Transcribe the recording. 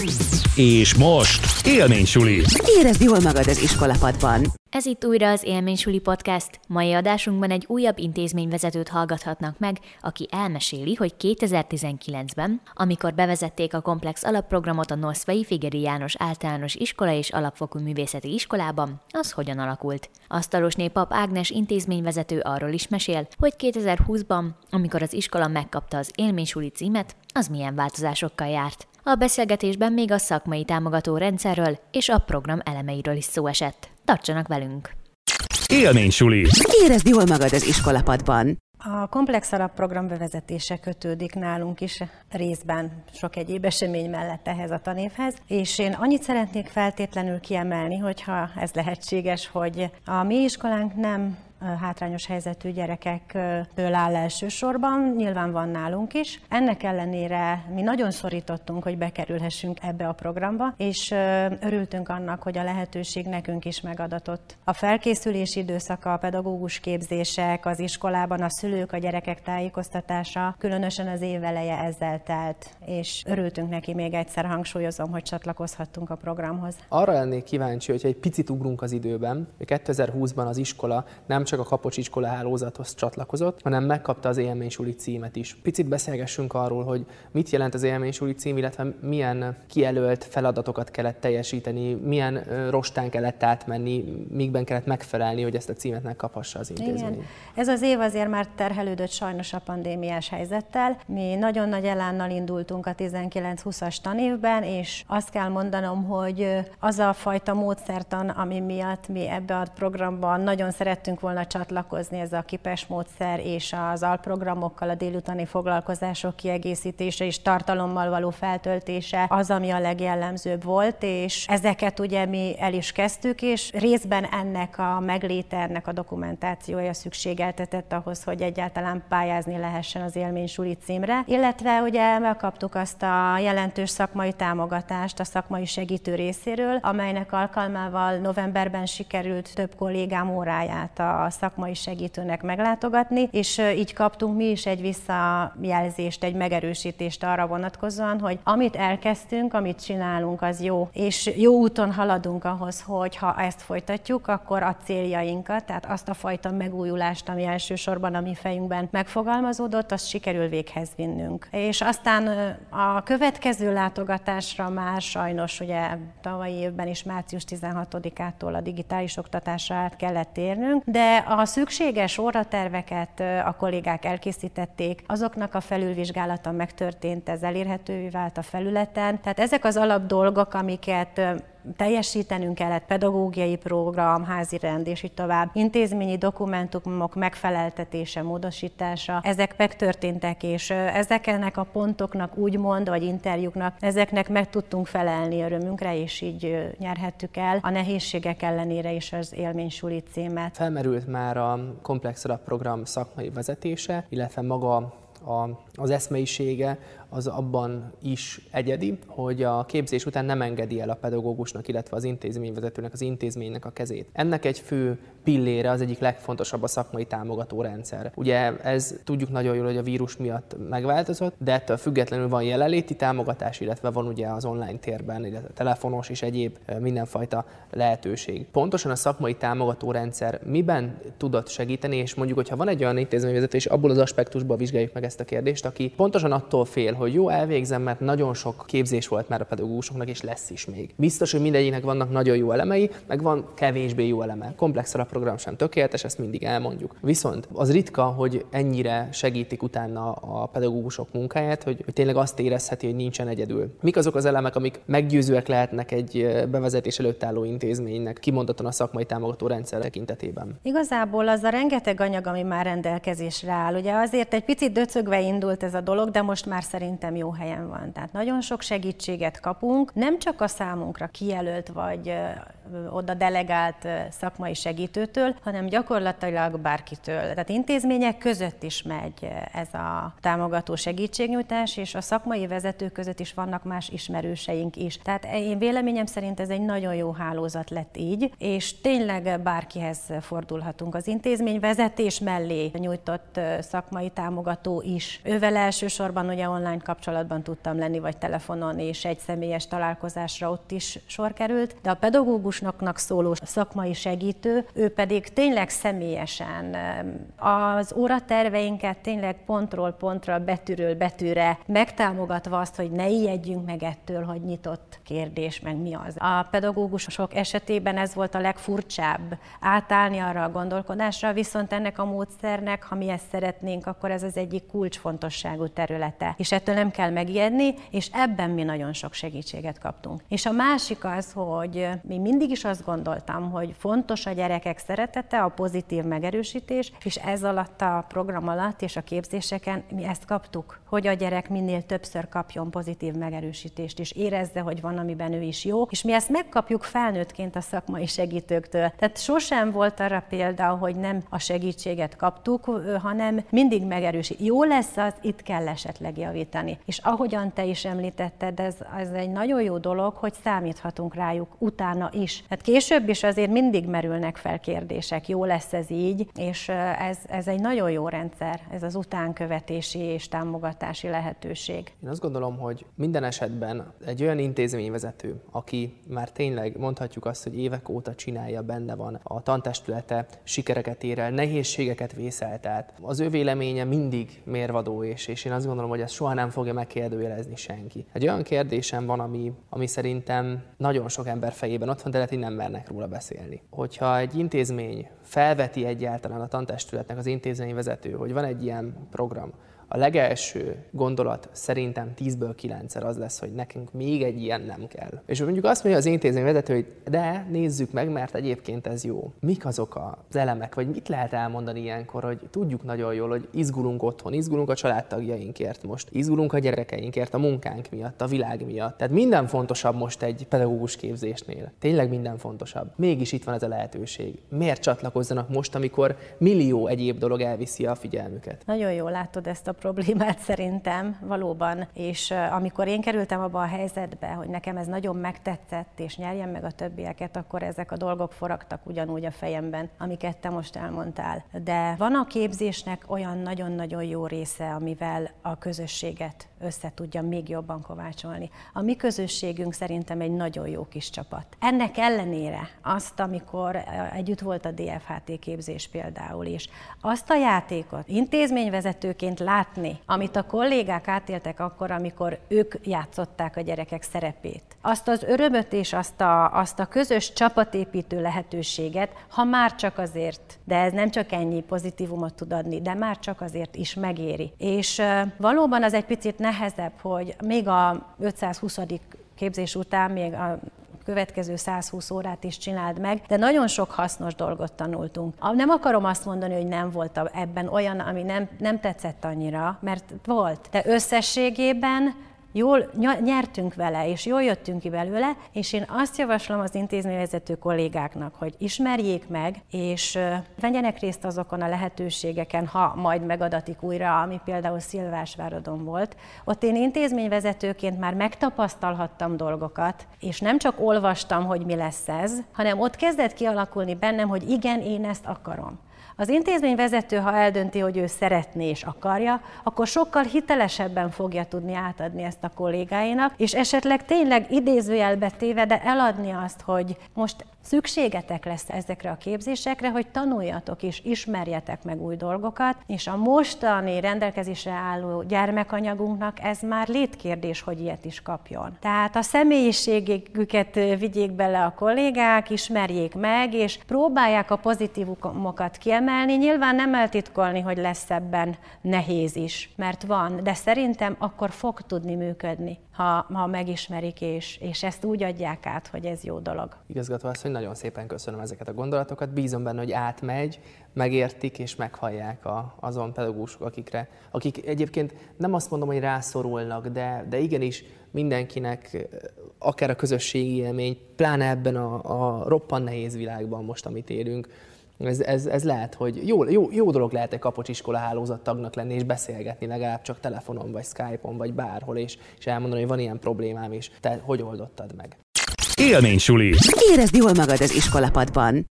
És most élménysuli. Érezd jól magad az iskolapadban. Ez itt újra az Élménysuli Podcast. Mai adásunkban egy újabb intézményvezetőt hallgathatnak meg, aki elmeséli, hogy 2019-ben, amikor bevezették a komplex alapprogramot a Noszvai Figeri János Általános Iskola és Alapfokú Művészeti Iskolában, az hogyan alakult. Asztalosné Pap Ágnes intézményvezető arról is mesél, hogy 2020-ban, amikor az iskola megkapta az Élménysuli címet, az milyen változásokkal járt. A beszélgetésben még a szakmai támogató rendszerről és a program elemeiről is szó esett. Tartsanak velünk! Élménysuli. Érezd jól magad az iskolapadban. A komplex alapprogram bevezetése kötődik nálunk is részben sok egyéb esemény mellett ehhez a tanévhez, és én annyit szeretnék feltétlenül kiemelni, hogyha ez lehetséges, hogy a mi iskolánk nem hátrányos helyzetű gyerekekből áll elsősorban, nyilván van nálunk is. Ennek ellenére mi nagyon szorítottunk, hogy bekerülhessünk ebbe a programba, és örültünk annak, hogy a lehetőség nekünk is megadatott. A felkészülési időszaka, a pedagógus képzések, az iskolában a szülők, a gyerekek tájékoztatása, különösen az év eleje ezzel telt, és örültünk neki, még egyszer hangsúlyozom, hogy csatlakozhattunk a programhoz. Arra lennék kíváncsi, hogyha egy picit ugrunk az időben, hogy 2020-ban az iskola nem csak a Kapocs iskola hálózathoz csatlakozott, hanem megkapta az Élménysuli címet is. Picit beszélgessünk arról, hogy mit jelent az Élménysuli cím, illetve milyen kijelölt feladatokat kellett teljesíteni, milyen rostán kellett átmenni, mikben kellett megfelelni, hogy ezt a címet megkaphassa az intézmény. Igen. Ez az év azért már terhelődött sajnos a pandémiás helyzettel. Mi nagyon nagy elánnal indultunk a 19-20-as tanévben, és azt kell mondanom, hogy az a fajta módszertan, ami miatt mi ebbe a programban nagyon szerettünk volna csatlakozni, ez a KIPES módszer és az alprogramokkal a délutáni foglalkozások kiegészítése és tartalommal való feltöltése az, ami a legjellemzőbb volt, és ezeket ugye mi el is kezdtük, és részben ennek a megléte, ennek a dokumentációja szükségeltetett ahhoz, hogy egyáltalán pályázni lehessen az Élménysuli címre, illetve ugye megkaptuk azt a jelentős szakmai támogatást a szakmai segítő részéről, amelynek alkalmával novemberben sikerült több kollégám óráját a szakmai segítőnek meglátogatni, és így kaptunk mi is egy visszajelzést, egy megerősítést arra vonatkozóan, hogy amit elkezdtünk, amit csinálunk, az jó, és jó úton haladunk ahhoz, hogy ha ezt folytatjuk, akkor a céljainkat, tehát azt a fajta megújulást, ami elsősorban a mi fejünkben megfogalmazódott, azt sikerül véghez vinnünk. És aztán a következő látogatásra már sajnos ugye tavalyi évben is március 16-ától a digitális oktatásra át kellett térnünk, de a szükséges óraterveket a kollégák elkészítették, azoknak a felülvizsgálata megtörtént, ez elérhetővé vált a felületen. Tehát ezek az alapdolgok, amiket teljesítenünk kellett, pedagógiai program, házi rend és így tovább, intézményi dokumentumok megfeleltetése, módosítása, ezek megtörténtek, és ezeknek a pontoknak úgymond, vagy interjúknak, ezeknek meg tudtunk felelni örömünkre, és így nyerhettük el a nehézségek ellenére is az Élménysuli címet. Felmerült már a komplex alapprogram szakmai vezetése, illetve maga az eszmeisége az abban is egyedi, hogy a képzés után nem engedi el a pedagógusnak, illetve az intézményvezetőnek, az intézménynek a kezét. Ennek egy fő pillére, az egyik legfontosabb a szakmai támogató rendszer. Ugye ez tudjuk nagyon jól, hogy a vírus miatt megváltozott, de ettől függetlenül van jelenléti támogatás, illetve van ugye az online térben, illetve telefonos és egyéb mindenfajta lehetőség. Pontosan a szakmai támogató rendszer miben tudott segíteni, és mondjuk, hogyha van egy olyan intézményvezető, és abból az aspektusból vizsgáljuk meg ezt a kérdést, aki pontosan attól fél, hogy jó, elvégzem, mert nagyon sok képzés volt már a pedagógusoknak, és lesz is még. Biztos, hogy mindegyiknek vannak nagyon jó elemei, meg van kevésbé jó eleme. Komplex alapprogram sem tökéletes, ezt mindig elmondjuk. Viszont az ritka, hogy ennyire segítik utána a pedagógusok munkáját, hogy tényleg azt érezheti, hogy nincsen egyedül. Mik azok az elemek, amik meggyőzőek lehetnek egy bevezetés előtt álló intézménynek, kimondottan a szakmai támogató rendszer tekintetében? Igazából az a rengeteg anyag, ami már rendelkezésre áll. Ugye azért egy picit döcögve indult ez a dolog, de most már szerintem jó helyen van. Tehát nagyon sok segítséget kapunk, nem csak a számunkra kijelölt vagy oda delegált szakmai segítőtől, hanem gyakorlatilag bárkitől. Tehát intézmények között is megy ez a támogató segítségnyújtás, és a szakmai vezetők között is vannak más ismerőseink is. Tehát én véleményem szerint ez egy nagyon jó hálózat lett így, és tényleg bárkihez fordulhatunk. Az intézmény vezetés mellé nyújtott szakmai támogató is. Ővel elsősorban ugye online online kapcsolatban tudtam lenni, vagy telefonon, és egy személyes találkozásra ott is sor került, de a pedagógusnak szóló szakmai segítő, ő pedig tényleg személyesen az óraterveinket tényleg pontról pontra, betűről betűre megtámogatva azt, hogy ne ijedjünk meg ettől, hogy nyitott kérdés, meg mi az. A pedagógusok esetében ez volt a legfurcsább, átállni arra a gondolkodásra, viszont ennek a módszernek, ha mi ezt szeretnénk, akkor ez az egyik kulcsfontosságú területe. És ettől nem kell megijedni, és ebben mi nagyon sok segítséget kaptunk. És a másik az, hogy mi mindig is azt gondoltam, hogy fontos a gyerekek szeretete, a pozitív megerősítés, és ez alatt a program alatt és a képzéseken mi ezt kaptuk, hogy a gyerek minél többször kapjon pozitív megerősítést, és érezze, hogy van, amiben ő is jó, és mi ezt megkapjuk felnőttként a szakmai segítőktől. Tehát sosem volt arra példa, hogy nem a segítséget kaptuk, hanem mindig megerősít. Jó lesz az, itt kell esetleg javítani. És ahogyan te is említetted, ez egy nagyon jó dolog, hogy számíthatunk rájuk utána is. Tehát később is azért mindig merülnek fel kérdések, jó lesz ez így, és ez egy nagyon jó rendszer, ez az utánkövetési és támogatási lehetőség. Én azt gondolom, hogy minden esetben egy olyan intézményvezető, aki már tényleg mondhatjuk azt, hogy évek óta csinálja, benne van a tantestülete, sikereket ér el, nehézségeket vészelt át. Az ő véleménye mindig mérvadó, és én azt gondolom, hogy ezt soha nem fogja megkérdőjelezni senki. Egy olyan kérdésem van, ami szerintem nagyon sok ember fejében ott van, de lehet, hogy nem mernek róla beszélni. Hogyha egy intézmény felveti egyáltalán a tantestületnek az intézményvezető, hogy van egy ilyen program, a legelső gondolat szerintem 10-ből 9-szer az lesz, hogy nekünk még egy ilyen nem kell. És mondjuk azt mondja az intézményvezető, hogy de nézzük meg, mert egyébként ez jó. Mik azok az elemek, vagy mit lehet elmondani ilyenkor, hogy tudjuk nagyon jól, hogy izgulunk otthon, izgulunk a családtagjainkért most, izgulunk a gyerekeinkért, a munkánk miatt, a világ miatt. Tehát minden fontosabb most egy pedagógus képzésnél. Tényleg minden fontosabb. Mégis itt van ez a lehetőség. Miért csatlakozzanak most, amikor millió egyéb dolog elviszi a figyelmüket? Nagyon jól látod ezt a problémát szerintem valóban, és amikor én kerültem abba a helyzetbe, hogy nekem ez nagyon megtetszett, és nyerjem meg a többieket, akkor ezek a dolgok forogtak ugyanúgy a fejemben, amiket te most elmondtál. De van a képzésnek olyan nagyon-nagyon jó része, amivel a közösséget össze tudja még jobban kovácsolni. A mi közösségünk szerintem egy nagyon jó kis csapat. Ennek ellenére azt, amikor együtt volt a DFHT képzés például is, azt a játékot intézményvezetőként látni, amit a kollégák átéltek akkor, amikor ők játszották a gyerekek szerepét. Azt az örömöt és azt a közös csapatépítő lehetőséget, ha már csak azért, de ez nem csak ennyi pozitívumot tud adni, de már csak azért is megéri. És valóban az egy picit nehezebb, hogy még a 520. képzés után még a következő 120 órát is csináld meg, de nagyon sok hasznos dolgot tanultunk. Nem akarom azt mondani, hogy nem volt ebben olyan, ami nem tetszett annyira, mert volt. De összességében jól nyertünk vele, és jól jöttünk ki belőle, és én azt javaslom az intézményvezető kollégáknak, hogy ismerjék meg, és vegyenek részt azokon a lehetőségeken, ha majd megadatik újra, ami például Szilvásvárodon volt. Ott én intézményvezetőként már megtapasztalhattam dolgokat, és nem csak olvastam, hogy mi lesz ez, hanem ott kezdett kialakulni bennem, hogy igen, én ezt akarom. Az intézményvezető, ha eldönti, hogy ő szeretné és akarja, akkor sokkal hitelesebben fogja tudni átadni ezt a kollégáinak, és esetleg tényleg idézőjelbe téve, de eladni azt, hogy most szükségetek lesz ezekre a képzésekre, hogy tanuljatok és ismerjetek meg új dolgokat, és a mostani rendelkezésre álló gyermekanyagunknak ez már létkérdés, hogy ilyet is kapjon. Tehát a személyiségüket vigyék bele a kollégák, ismerjék meg, és próbálják a pozitívumokat kiemelni. Nyilván nem eltitkolni, hogy lesz ebben nehéz is, mert van, de szerintem akkor fog tudni működni, ha megismerik, és ezt úgy adják át, hogy ez jó dolog. Igazgató asszony, nagyon szépen köszönöm ezeket a gondolatokat. Bízom benne, hogy átmegy, megértik és meghallják azon pedagógusok, akik egyébként nem azt mondom, hogy rászorulnak, de igenis mindenkinek, akár a közösségi élmény, pláne ebben a roppant nehéz világban most, amit élünk, ez lehet, hogy jó dolog lehet egy Kapocs iskola hálózattagnak lenni és beszélgetni legalább csak telefonon, vagy Skype-on, vagy bárhol, és elmondani, hogy van ilyen problémám is. Te hogy oldottad meg? Élménysuli. Érezd jól magad az iskolapadban.